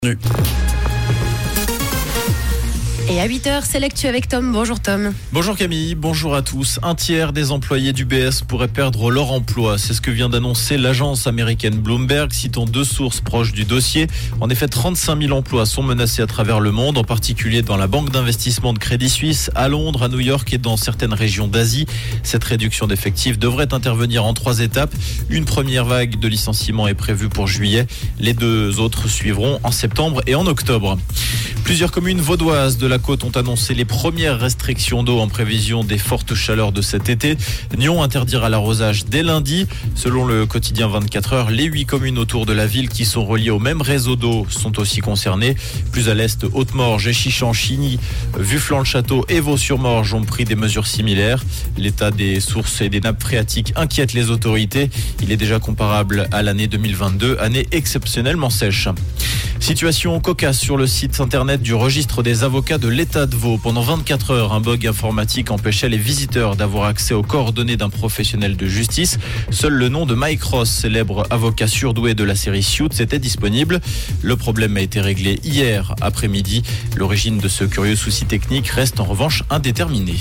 Et à 8h, c'est l'actu avec Tom. Bonjour Tom. Bonjour Camille, bonjour à tous. Un tiers des employés d'UBS pourraient perdre leur emploi. C'est ce que vient d'annoncer l'agence américaine Bloomberg, citant deux sources proches du dossier. En effet, 35 000 emplois sont menacés à travers le monde, en particulier dans la banque d'investissement de Crédit Suisse, à Londres, à New York et dans certaines régions d'Asie. Cette réduction d'effectifs devrait intervenir en 3 étapes. Une première vague de licenciements est prévue pour juillet. Les 2 autres suivront en septembre et en octobre. Plusieurs communes vaudoises de la côte ont annoncé les premières restrictions d'eau en prévision des fortes chaleurs de cet été. Nyon interdira l'arrosage dès lundi. Selon le quotidien 24 heures, les 8 communes autour de la ville qui sont reliées au même réseau d'eau sont aussi concernées. Plus à l'est, Haute-Morges, Échichan, Chigny, Vufflan-le-Château et Vaux-sur-Morges ont pris des mesures similaires. L'état des sources et des nappes phréatiques inquiète les autorités. Il est déjà comparable à l'année 2022, année exceptionnellement sèche. Situation cocasse sur le site internet du registre des avocats de l'État de Vaud. Pendant 24 heures, un bug informatique empêchait les visiteurs d'avoir accès aux coordonnées d'un professionnel de justice. Seul le nom de Mike Ross, célèbre avocat surdoué de la série Suits, était disponible. Le problème a été réglé hier après-midi. L'origine de ce curieux souci technique reste en revanche indéterminée.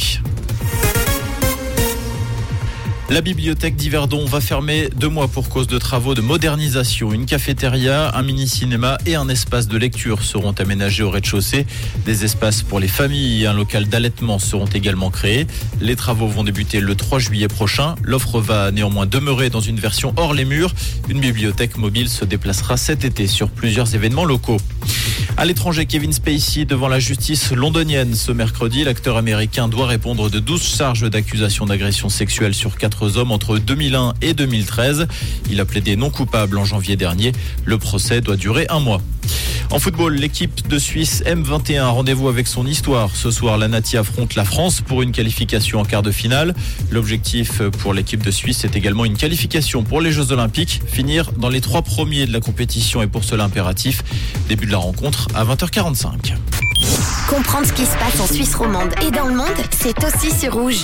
La bibliothèque d'Yverdon va fermer 2 mois pour cause de travaux de modernisation. Une cafétéria, un mini-cinéma et un espace de lecture seront aménagés au rez-de-chaussée. Des espaces pour les familles et un local d'allaitement seront également créés. Les travaux vont débuter le 3 juillet prochain. L'offre va néanmoins demeurer dans une version hors les murs. Une bibliothèque mobile se déplacera cet été sur plusieurs événements locaux. À l'étranger, Kevin Spacey devant la justice londonienne. Ce mercredi, l'acteur américain doit répondre de 12 charges d'accusation d'agression sexuelle sur 4 hommes entre 2001 et 2013. Il a plaidé non coupable en janvier dernier. Le procès doit durer 1 mois. En football, l'équipe de Suisse M21 a rendez-vous avec son histoire. Ce soir, la Nati affronte la France pour une qualification en quart de finale. L'objectif pour l'équipe de Suisse est également une qualification pour les Jeux Olympiques. Finir dans les 3 premiers de la compétition est pour cela impératif. Début de la rencontre à 20h45. Comprendre ce qui se passe en Suisse romande et dans le monde, c'est aussi sur Rouge.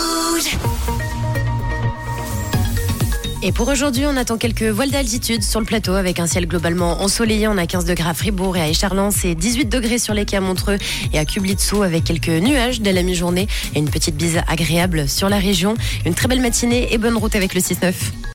Et pour aujourd'hui, on attend quelques voiles d'altitude sur le plateau avec un ciel globalement ensoleillé. On a 15 degrés à Fribourg et à Écharlens et 18 degrés sur les quais à Montreux et à Kublitzow avec quelques nuages dès la mi-journée et une petite bise agréable sur la région. Une très belle matinée et bonne route avec le 6-9.